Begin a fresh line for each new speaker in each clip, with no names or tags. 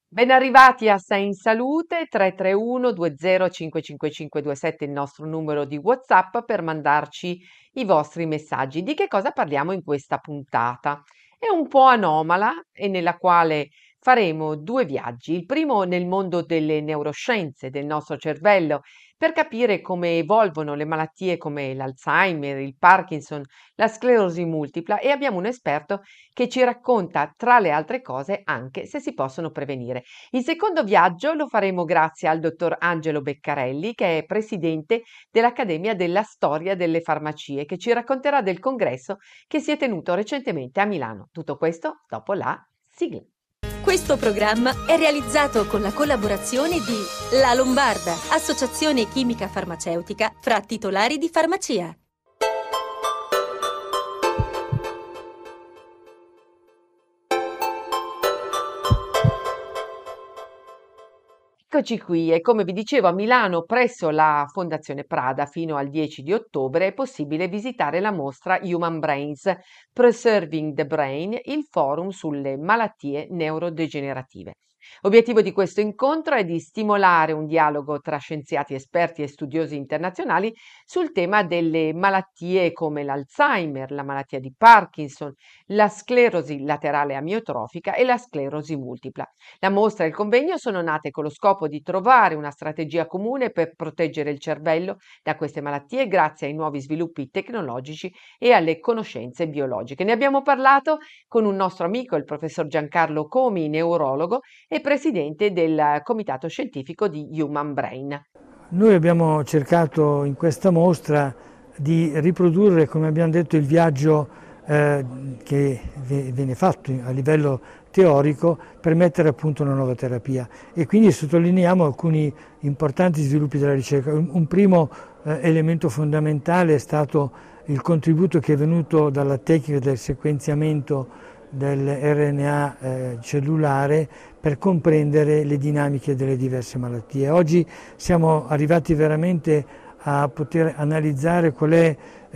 Ben arrivati a Sei in Salute 331 20 55527 il nostro numero di WhatsApp per mandarci i vostri messaggi. Di che cosa parliamo in questa puntata? È un po' anomala e nella quale faremo due viaggi. Il primo nel mondo delle neuroscienze del nostro cervello per capire come evolvono le malattie come l'Alzheimer, il Parkinson, la sclerosi multipla e abbiamo un esperto che ci racconta tra le altre cose anche se si possono prevenire. Il secondo viaggio lo faremo grazie al dottor Angelo Beccarelli, che è presidente dell'Accademia della Storia delle Farmacie, che ci racconterà del congresso che si è tenuto recentemente a Milano. Tutto questo dopo la sigla.
Questo programma è realizzato con la collaborazione di La Lombarda, associazione chimica farmaceutica fra titolari di farmacia.
Eccoci qui e come vi dicevo a Milano presso la Fondazione Prada fino al 10 di ottobre è possibile visitare la mostra Human Brains, Preserving the Brain, il forum sulle malattie neurodegenerative. L'obiettivo di questo incontro è di stimolare un dialogo tra scienziati esperti e studiosi internazionali sul tema delle malattie come l'Alzheimer, la malattia di Parkinson, la sclerosi laterale amiotrofica e la sclerosi multipla. La mostra e il convegno sono nate con lo scopo di trovare una strategia comune per proteggere il cervello da queste malattie grazie ai nuovi sviluppi tecnologici e alle conoscenze biologiche. Ne abbiamo parlato con un nostro amico, il professor Giancarlo Comi, neurologo e presidente del comitato scientifico di Human Brain.
Noi abbiamo cercato in questa mostra di riprodurre, come abbiamo detto, il viaggio che viene fatto a livello teorico per mettere a punto una nuova terapia e quindi sottolineiamo alcuni importanti sviluppi della ricerca. Un primo elemento fondamentale è stato il contributo che è venuto dalla tecnica del sequenziamento dell'RNA cellulare per comprendere le dinamiche delle diverse malattie. Oggi siamo arrivati veramente a poter analizzare qual è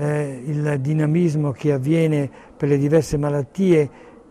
il dinamismo che avviene per le diverse malattie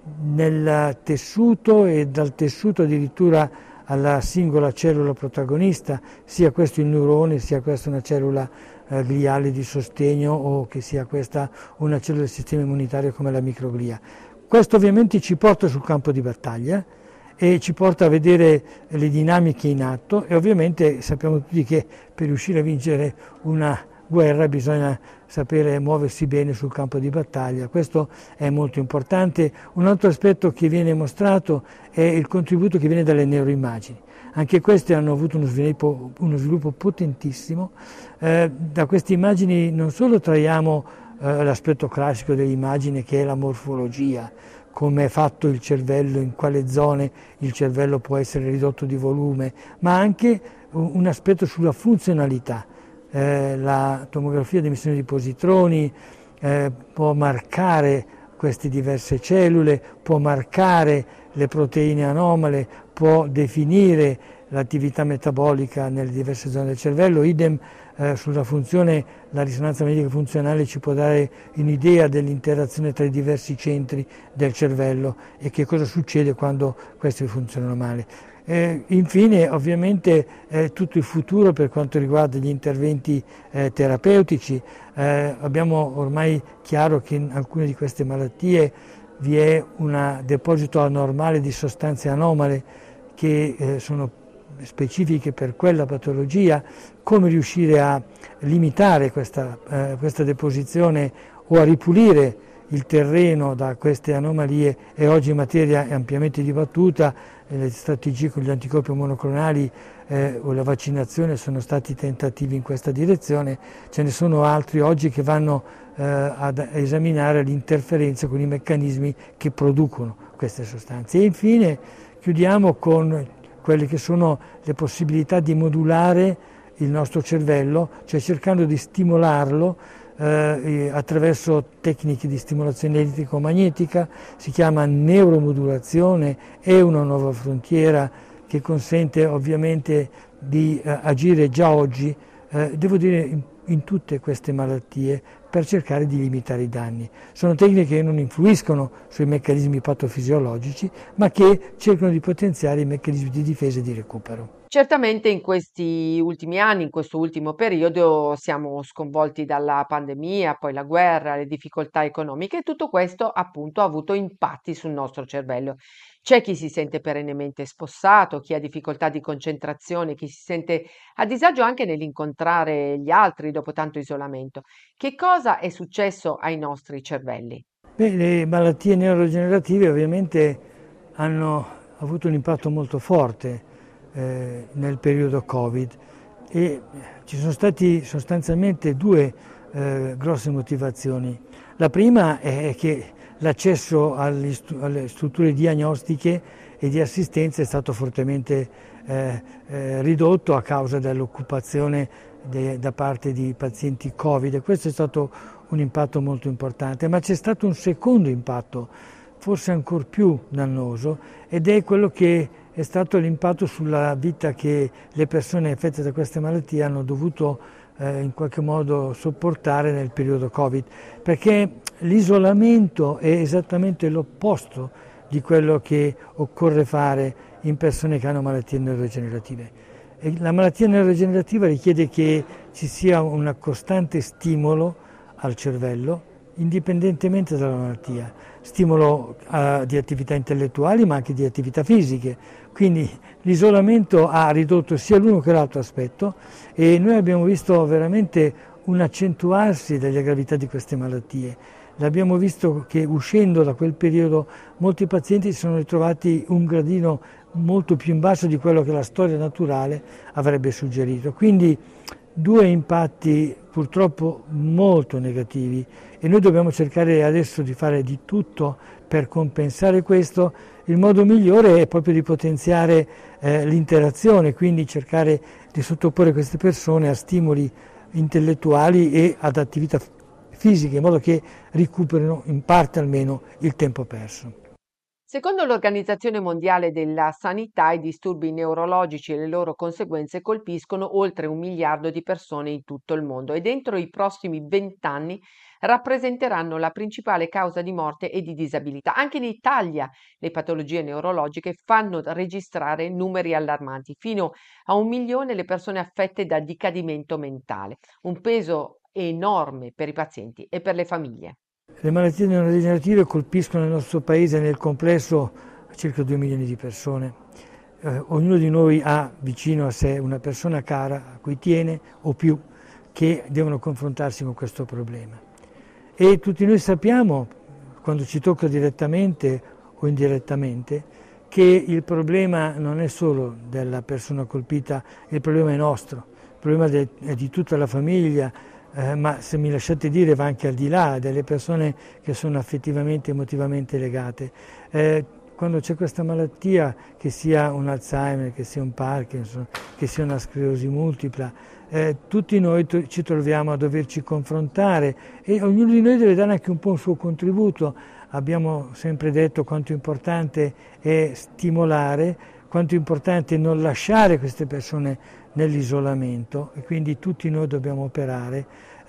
nel tessuto e dal tessuto addirittura alla singola cellula protagonista, sia questo il neurone, sia questa una cellula gliale di sostegno o che sia questa una cellula del sistema immunitario come la microglia. Questo ovviamente ci porta sul campo di battaglia e ci porta a vedere le dinamiche in atto e ovviamente sappiamo tutti che per riuscire a vincere una guerra bisogna sapere muoversi bene sul campo di battaglia, questo è molto importante. Un altro aspetto che viene mostrato è il contributo che viene dalle neuroimmagini. Anche queste hanno avuto uno sviluppo potentissimo. Da queste immagini non solo traiamo l'aspetto classico dell'immagine che è la morfologia, come è fatto il cervello, in quale zone il cervello può essere ridotto di volume, ma anche un aspetto sulla funzionalità. La tomografia di emissione di positroni può marcare queste diverse cellule, può marcare le proteine anomale, può definire l'attività metabolica nelle diverse zone del cervello, idem sulla funzione, la risonanza magnetica funzionale ci può dare un'idea dell'interazione tra i diversi centri del cervello e che cosa succede quando questi funzionano male. Infine ovviamente tutto il futuro per quanto riguarda gli interventi terapeutici, abbiamo ormai chiaro che in alcune di queste malattie vi è un deposito anormale di sostanze anomale che sono specifiche per quella patologia, come riuscire a limitare questa deposizione o a ripulire il terreno da queste anomalie è oggi materia ampiamente dibattuta, le strategie con gli anticorpi monoclonali o la vaccinazione sono stati tentativi in questa direzione, ce ne sono altri oggi che vanno ad esaminare l'interferenza con i meccanismi che producono queste sostanze. E infine chiudiamo con quelle che sono le possibilità di modulare il nostro cervello, cioè cercando di stimolarlo attraverso tecniche di stimolazione elettromagnetica, si chiama neuromodulazione, è una nuova frontiera che consente ovviamente di agire già oggi, devo dire in tutte queste malattie per cercare di limitare i danni. Sono tecniche che non influiscono sui meccanismi patofisiologici, ma che cercano di potenziare i meccanismi di difesa e di recupero.
Certamente in questi ultimi anni, in questo ultimo periodo, siamo sconvolti dalla pandemia, poi la guerra, le difficoltà economiche e tutto questo appunto ha avuto impatti sul nostro cervello. C'è chi si sente perennemente spossato, chi ha difficoltà di concentrazione, chi si sente a disagio anche nell'incontrare gli altri dopo tanto isolamento. Che cosa è successo ai nostri cervelli?
Beh, le malattie neurodegenerative ovviamente hanno avuto un impatto molto forte nel periodo Covid e ci sono stati sostanzialmente due grosse motivazioni. La prima è che l'accesso alle strutture diagnostiche e di assistenza è stato fortemente ridotto a causa dell'occupazione da parte di pazienti Covid e questo è stato un impatto molto importante, ma c'è stato un secondo impatto, forse ancor più dannoso, ed è quello che è stato l'impatto sulla vita che le persone affette da queste malattie hanno dovuto in qualche modo sopportare nel periodo Covid, perché l'isolamento è esattamente l'opposto di quello che occorre fare in persone che hanno malattie neurodegenerative. E la malattia neurodegenerativa richiede che ci sia un costante stimolo al cervello, indipendentemente dalla malattia, stimolo di attività intellettuali ma anche di attività fisiche. Quindi l'isolamento ha ridotto sia l'uno che l'altro aspetto e noi abbiamo visto veramente un accentuarsi delle gravità di queste malattie. L'abbiamo visto che uscendo da quel periodo molti pazienti si sono ritrovati un gradino molto più in basso di quello che la storia naturale avrebbe suggerito. Quindi due impatti purtroppo molto negativi e noi dobbiamo cercare adesso di fare di tutto per compensare questo. Il modo migliore è proprio di potenziare l'interazione, quindi cercare di sottoporre queste persone a stimoli intellettuali e ad attività fisiche in modo che recuperino in parte almeno il tempo perso.
Secondo l'Organizzazione Mondiale della Sanità, i disturbi neurologici e le loro conseguenze colpiscono oltre 1 miliardo di persone in tutto il mondo e dentro i prossimi 20 anni rappresenteranno la principale causa di morte e di disabilità. Anche in Italia le patologie neurologiche fanno registrare numeri allarmanti, fino a 1 milione le persone affette da decadimento mentale, un peso enorme per i pazienti e per le famiglie.
Le malattie neurodegenerative colpiscono nel nostro paese nel complesso circa 2 milioni di persone. Ognuno di noi ha vicino a sé una persona cara a cui tiene o più che devono confrontarsi con questo problema. E tutti noi sappiamo, quando ci tocca direttamente o indirettamente, che il problema non è solo della persona colpita, il problema è nostro, il problema è di tutta la famiglia, ma se mi lasciate dire va anche al di là delle persone che sono affettivamente e emotivamente legate. Quando c'è questa malattia, che sia un Alzheimer, che sia un Parkinson, che sia una sclerosi multipla, tutti noi ci troviamo a doverci confrontare e ognuno di noi deve dare anche un po' il suo contributo. Abbiamo sempre detto quanto importante è stimolare, quanto importante è non lasciare queste persone nell'isolamento e quindi tutti noi dobbiamo operare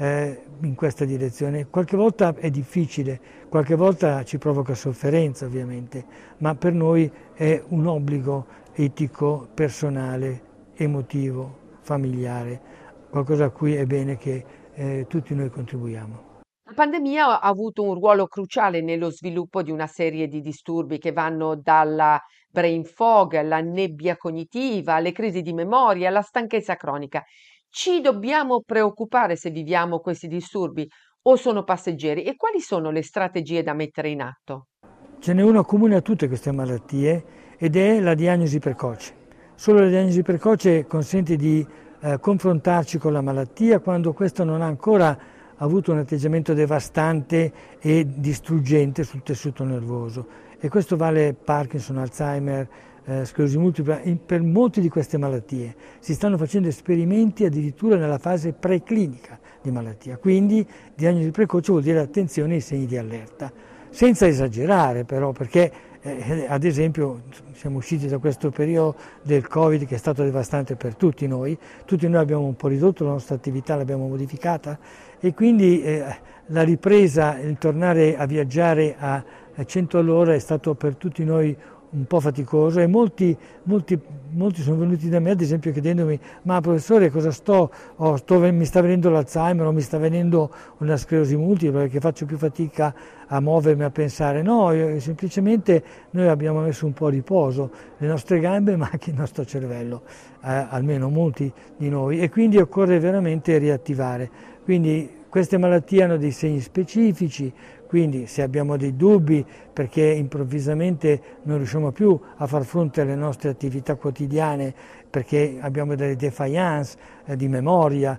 in questa direzione. Qualche volta è difficile, qualche volta ci provoca sofferenza ovviamente, ma per noi è un obbligo etico, personale, emotivo, familiare, qualcosa a cui è bene che tutti noi contribuiamo.
La pandemia ha avuto un ruolo cruciale nello sviluppo di una serie di disturbi che vanno dalla brain fog alla nebbia cognitiva, alle crisi di memoria, alla stanchezza cronica. Ci dobbiamo preoccupare se viviamo questi disturbi o sono passeggeri e quali sono le strategie da mettere in atto?
Ce n'è una comune a tutte queste malattie ed è la diagnosi precoce. Solo la diagnosi precoce consente di confrontarci con la malattia quando questa non ha ancora avuto un atteggiamento devastante e distruggente sul tessuto nervoso e questo vale Parkinson, Alzheimer, sclerosi multipla, per molte di queste malattie. Si stanno facendo esperimenti addirittura nella fase preclinica di malattia, quindi diagnosi precoce vuol dire attenzione ai segni di allerta, senza esagerare però perché Ad esempio siamo usciti da questo periodo del Covid che è stato devastante per tutti noi abbiamo un po' ridotto la nostra attività, l'abbiamo modificata e quindi la ripresa, il tornare a viaggiare a 100 all'ora è stato per tutti noi un po' faticoso e molti sono venuti da me ad esempio chiedendomi ma professore cosa mi sta venendo l'Alzheimer o mi sta venendo una sclerosi multipla perché faccio più fatica a muovermi, a pensare. No, semplicemente noi abbiamo messo un po' a riposo le nostre gambe ma anche il nostro cervello, almeno molti di noi, e quindi occorre veramente riattivare. Quindi queste malattie hanno dei segni specifici, quindi se abbiamo dei dubbi perché improvvisamente non riusciamo più a far fronte alle nostre attività quotidiane, perché abbiamo delle défaillance di memoria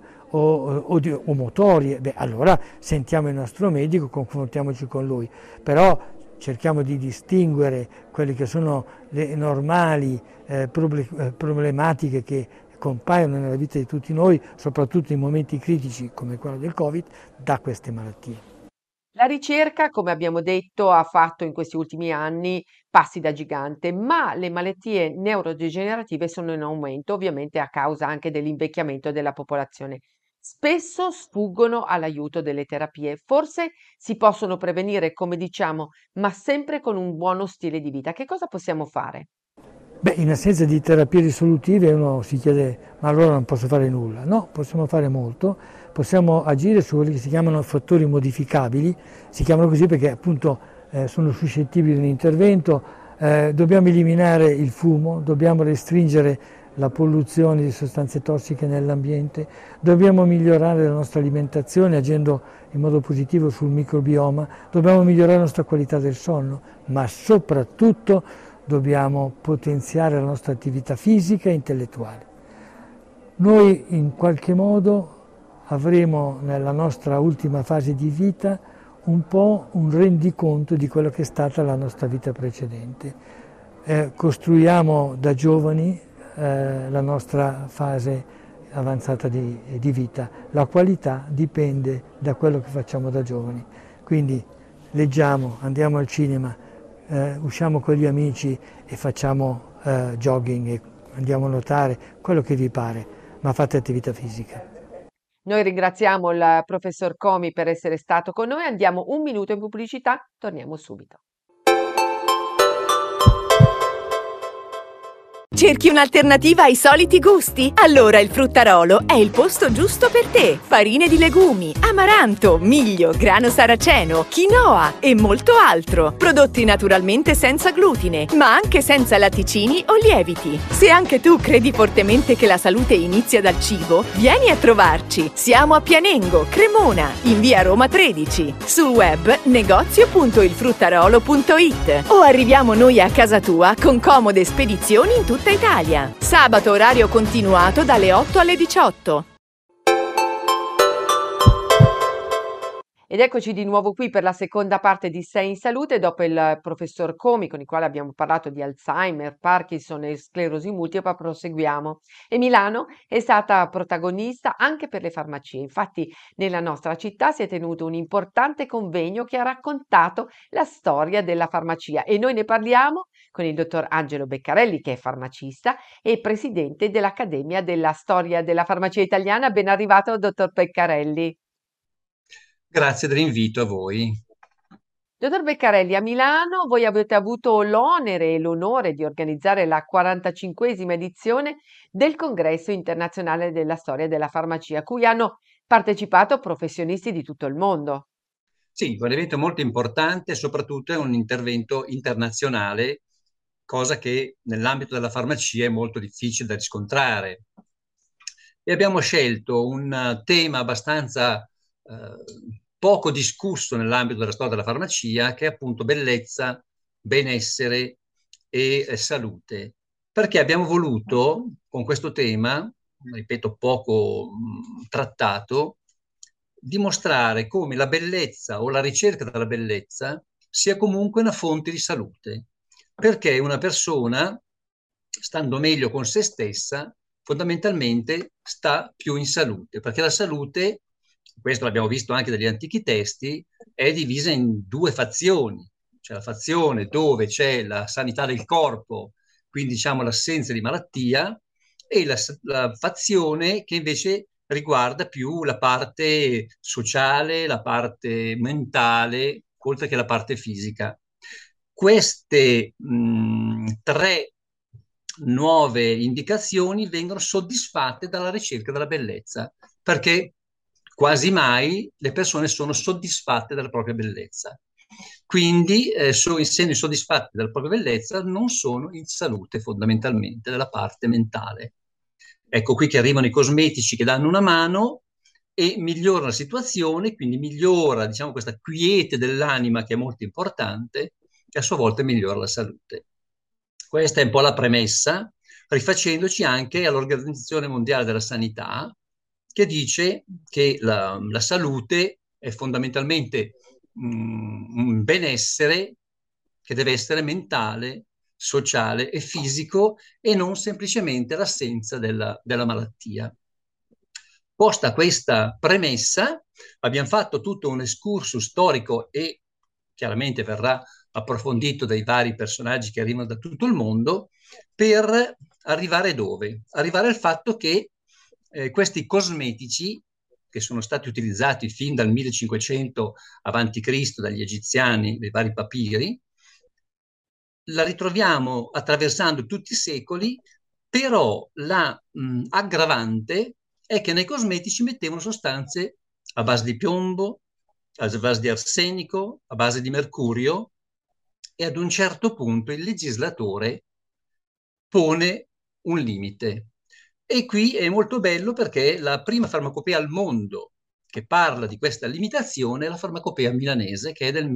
o motorie, allora sentiamo il nostro medico, confrontiamoci con lui. Però cerchiamo di distinguere quelle che sono le normali problematiche che compaiono nella vita di tutti noi, soprattutto in momenti critici come quello del Covid, da queste malattie.
La ricerca, come abbiamo detto, ha fatto in questi ultimi anni passi da gigante, ma le malattie neurodegenerative sono in aumento, ovviamente a causa anche dell'invecchiamento della popolazione. Spesso sfuggono all'aiuto delle terapie. Forse si possono prevenire, come diciamo, ma sempre con un buono stile di vita. Che cosa possiamo fare?
In assenza di terapie risolutive uno si chiede ma allora non posso fare nulla. No, possiamo fare molto, possiamo agire su quelli che si chiamano fattori modificabili, si chiamano così perché appunto sono suscettibili di un intervento, dobbiamo eliminare il fumo, dobbiamo restringere la polluzione di sostanze tossiche nell'ambiente, dobbiamo migliorare la nostra alimentazione agendo in modo positivo sul microbioma, dobbiamo migliorare la nostra qualità del sonno, ma soprattutto dobbiamo potenziare la nostra attività fisica e intellettuale. Noi in qualche modo avremo nella nostra ultima fase di vita un po' un rendiconto di quello che è stata la nostra vita precedente. Costruiamo da giovani la nostra fase avanzata di vita. La qualità dipende da quello che facciamo da giovani. Quindi leggiamo, andiamo al cinema, usciamo con gli amici e facciamo jogging e andiamo a nuotare, quello che vi pare, ma fate attività fisica.
Noi ringraziamo il professor Comi per essere stato con noi, andiamo un minuto in pubblicità, torniamo subito.
Cerchi un'alternativa ai soliti gusti? Allora il Fruttarolo è il posto giusto per te. Farine di legumi, amaranto, miglio, grano saraceno, quinoa e molto altro. Prodotti naturalmente senza glutine, ma anche senza latticini o lieviti. Se anche tu credi fortemente che la salute inizia dal cibo, vieni a trovarci. Siamo a Pianengo, Cremona, in via Roma 13. Sul web negozio.ilfruttarolo.it o arriviamo noi a casa tua con comode spedizioni in tutta Italia. Sabato orario continuato dalle 8 alle 18.
Ed eccoci di nuovo qui per la seconda parte di Sei in Salute, dopo il professor Comi, con il quale abbiamo parlato di Alzheimer, Parkinson e sclerosi multipla, proseguiamo. E Milano è stata protagonista anche per le farmacie. Infatti, nella nostra città si è tenuto un importante convegno che ha raccontato la storia della farmacia e noi ne parliamo con il dottor Angelo Beccarelli, che è farmacista e presidente dell'Accademia della Storia della Farmacia Italiana. Ben arrivato, dottor Beccarelli.
Grazie dell'invito a voi.
Dottor Beccarelli, a Milano voi avete avuto l'onere e l'onore di organizzare la 45esima edizione del Congresso internazionale della storia della farmacia, a cui hanno partecipato professionisti di tutto il mondo.
Sì, un evento molto importante, soprattutto è un intervento internazionale, cosa che nell'ambito della farmacia è molto difficile da riscontrare. E abbiamo scelto un tema abbastanza poco discusso nell'ambito della storia della farmacia, che è appunto bellezza, benessere e salute. Perché abbiamo voluto, con questo tema, ripeto, poco trattato, dimostrare come la bellezza o la ricerca della bellezza sia comunque una fonte di salute, perché una persona, stando meglio con se stessa, fondamentalmente sta più in salute, perché la salute, questo l'abbiamo visto anche dagli antichi testi, è divisa in due fazioni. c'è la fazione dove c'è la sanità del corpo, quindi diciamo l'assenza di malattia, e la fazione che invece riguarda più la parte sociale, la parte mentale, oltre che la parte fisica. Queste tre nuove indicazioni vengono soddisfatte dalla ricerca della bellezza, perché quasi mai le persone sono soddisfatte della propria bellezza. Quindi, essendo insoddisfatti della propria bellezza, non sono in salute fondamentalmente della parte mentale. Ecco qui che arrivano i cosmetici che danno una mano e migliorano la situazione, quindi migliora, diciamo, questa quiete dell'anima che è molto importante e a sua volta migliora la salute. Questa è un po' la premessa, rifacendoci anche all'Organizzazione Mondiale della Sanità, che dice che la salute è fondamentalmente un benessere che deve essere mentale, sociale e fisico e non semplicemente l'assenza della malattia. Posta questa premessa, abbiamo fatto tutto un excursus storico e chiaramente verrà approfondito dai vari personaggi che arrivano da tutto il mondo per arrivare dove? Arrivare al fatto che questi cosmetici che sono stati utilizzati fin dal 1500 avanti Cristo dagli egiziani, dei vari papiri, la ritroviamo attraversando tutti i secoli, però la aggravante è che nei cosmetici mettevano sostanze a base di piombo, a base di arsenico, a base di mercurio, e ad un certo punto il legislatore pone un limite. E qui è molto bello perché la prima farmacopea al mondo che parla di questa limitazione è la farmacopea milanese, che è del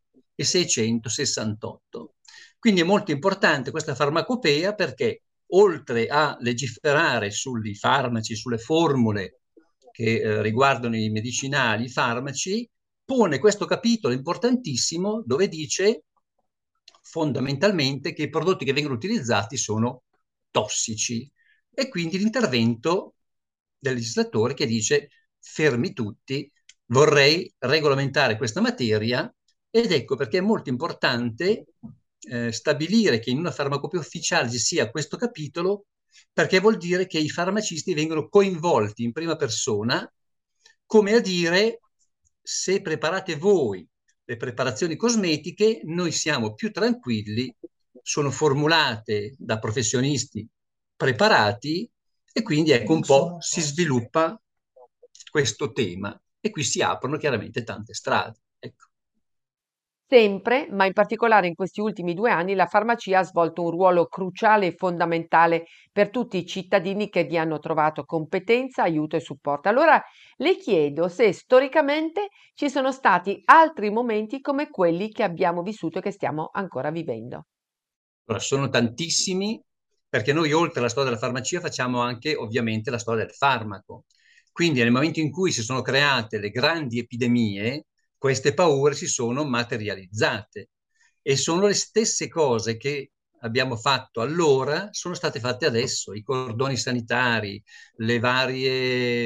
1668. Quindi è molto importante questa farmacopea perché oltre a legiferare sui farmaci, sulle formule che riguardano i medicinali, i farmaci, pone questo capitolo importantissimo dove dice fondamentalmente che i prodotti che vengono utilizzati sono tossici e quindi l'intervento del legislatore che dice fermi tutti, vorrei regolamentare questa materia ed ecco perché è molto importante stabilire che in una farmacopea ufficiale ci sia questo capitolo perché vuol dire che i farmacisti vengono coinvolti in prima persona, come a dire se preparate voi le preparazioni cosmetiche, noi siamo più tranquilli, sono formulate da professionisti preparati e quindi ecco un po' si sviluppa questo tema e qui si aprono chiaramente tante strade. Ecco.
Sempre, ma in particolare in questi ultimi 2 anni, la farmacia ha svolto un ruolo cruciale e fondamentale per tutti i cittadini che vi hanno trovato competenza, aiuto e supporto. Allora le chiedo se storicamente ci sono stati altri momenti come quelli che abbiamo vissuto e che stiamo ancora vivendo.
Allora, sono tantissimi perché noi oltre alla storia della farmacia facciamo anche ovviamente la storia del farmaco. Quindi nel momento in cui si sono create le grandi epidemie, queste paure si sono materializzate e sono le stesse cose che abbiamo fatto allora, sono state fatte adesso, i cordoni sanitari, le varie,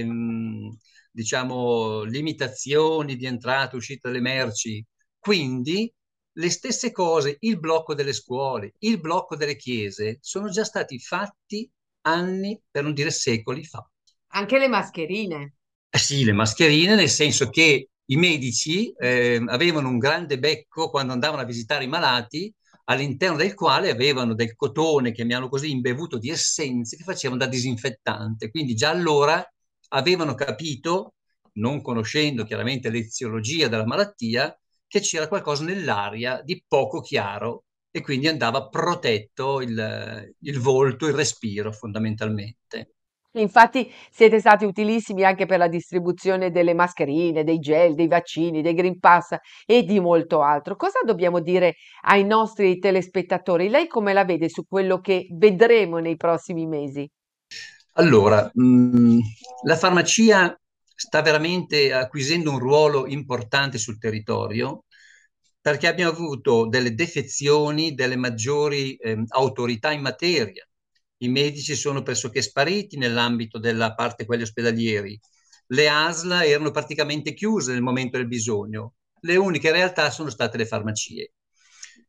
diciamo, limitazioni di entrata e uscita delle merci. Quindi le stesse cose, il blocco delle scuole, il blocco delle chiese, sono già stati fatti anni, per non dire secoli fa.
Anche le mascherine.
Sì, le mascherine, nel senso che i medici avevano un grande becco quando andavano a visitare i malati, all'interno del quale avevano del cotone, chiamiamolo così, imbevuto di essenze che facevano da disinfettante. Quindi già allora avevano capito, non conoscendo chiaramente l'eziologia della malattia, che c'era qualcosa nell'aria di poco chiaro e quindi andava protetto il volto, il respiro fondamentalmente.
Infatti siete stati utilissimi anche per la distribuzione delle mascherine, dei gel, dei vaccini, dei Green Pass e di molto altro. Cosa dobbiamo dire ai nostri telespettatori? Lei come la vede su quello che vedremo nei prossimi mesi?
Allora, la farmacia sta veramente acquisendo un ruolo importante sul territorio perché abbiamo avuto delle defezioni delle maggiori autorità in materia. I medici sono pressoché spariti nell'ambito della parte quelli ospedalieri. Le ASL erano praticamente chiuse nel momento del bisogno. Le uniche realtà sono state le farmacie.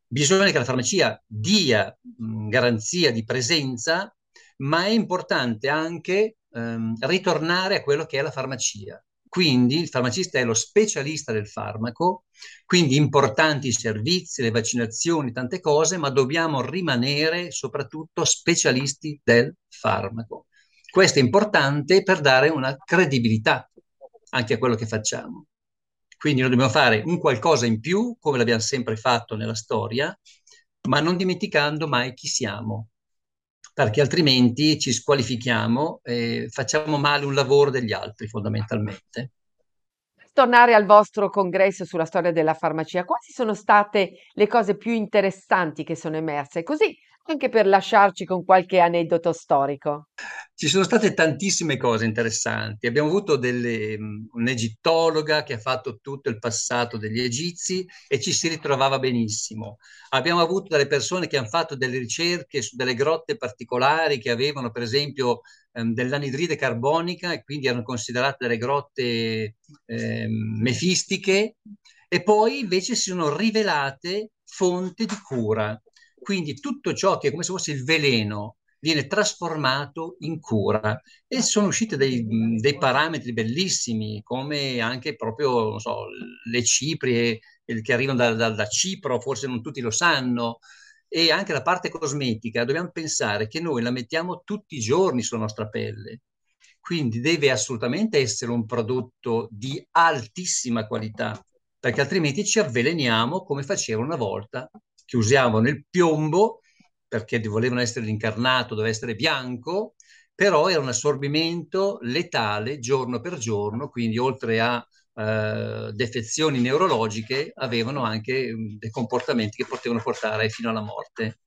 bisogna che la farmacia dia garanzia di presenza, ma è importante anche ritornare a quello che è la farmacia. Quindi il farmacista è lo specialista del farmaco, quindi importanti i servizi, le vaccinazioni, tante cose, ma dobbiamo rimanere soprattutto specialisti del farmaco. Questo è importante per dare una credibilità anche a quello che facciamo. Quindi noi dobbiamo fare un qualcosa in più, come l'abbiamo sempre fatto nella storia, ma non dimenticando mai chi siamo, perché altrimenti ci squalifichiamo e facciamo male un lavoro degli altri, fondamentalmente.
Tornare al vostro congresso sulla storia della farmacia, quali sono state le cose più interessanti che sono emerse? Così anche per lasciarci con qualche aneddoto storico.
Ci sono state tantissime cose interessanti. Abbiamo avuto un'egittologa che ha fatto tutto il passato degli egizi e ci si ritrovava benissimo. Abbiamo avuto delle persone che hanno fatto delle ricerche su delle grotte particolari che avevano, per esempio, dell'anidride carbonica e quindi erano considerate delle grotte mefistiche e poi invece si sono rivelate fonte di cura. Quindi tutto ciò che è come se fosse il veleno viene trasformato in cura e sono usciti dei parametri bellissimi, come anche proprio, non so, le ciprie che arrivano da Cipro, forse non tutti lo sanno, e anche la parte cosmetica. Dobbiamo pensare che noi la mettiamo tutti i giorni sulla nostra pelle. Quindi deve assolutamente essere un prodotto di altissima qualità, perché altrimenti ci avveleniamo come facevano una volta, che usavano il piombo perché volevano essere l'incarnato, doveva essere bianco, però era un assorbimento letale giorno per giorno, quindi oltre a defezioni neurologiche avevano anche dei comportamenti che potevano portare fino alla morte.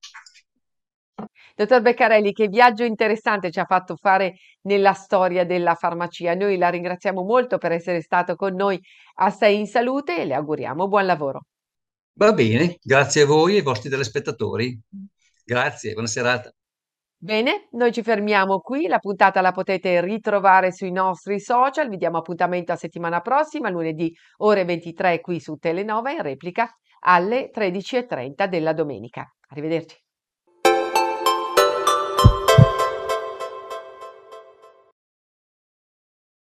Dottor Beccarelli, che viaggio interessante ci ha fatto fare nella storia della farmacia. Noi la ringraziamo molto per essere stato con noi a Sei in Salute e le auguriamo buon lavoro.
Va bene, grazie a voi e ai vostri telespettatori. Grazie, buona serata.
Bene, noi ci fermiamo qui, la puntata la potete ritrovare sui nostri social, vi diamo appuntamento a settimana prossima, lunedì ore 23 qui su Telenova in replica alle 13:30 della domenica. Arrivederci.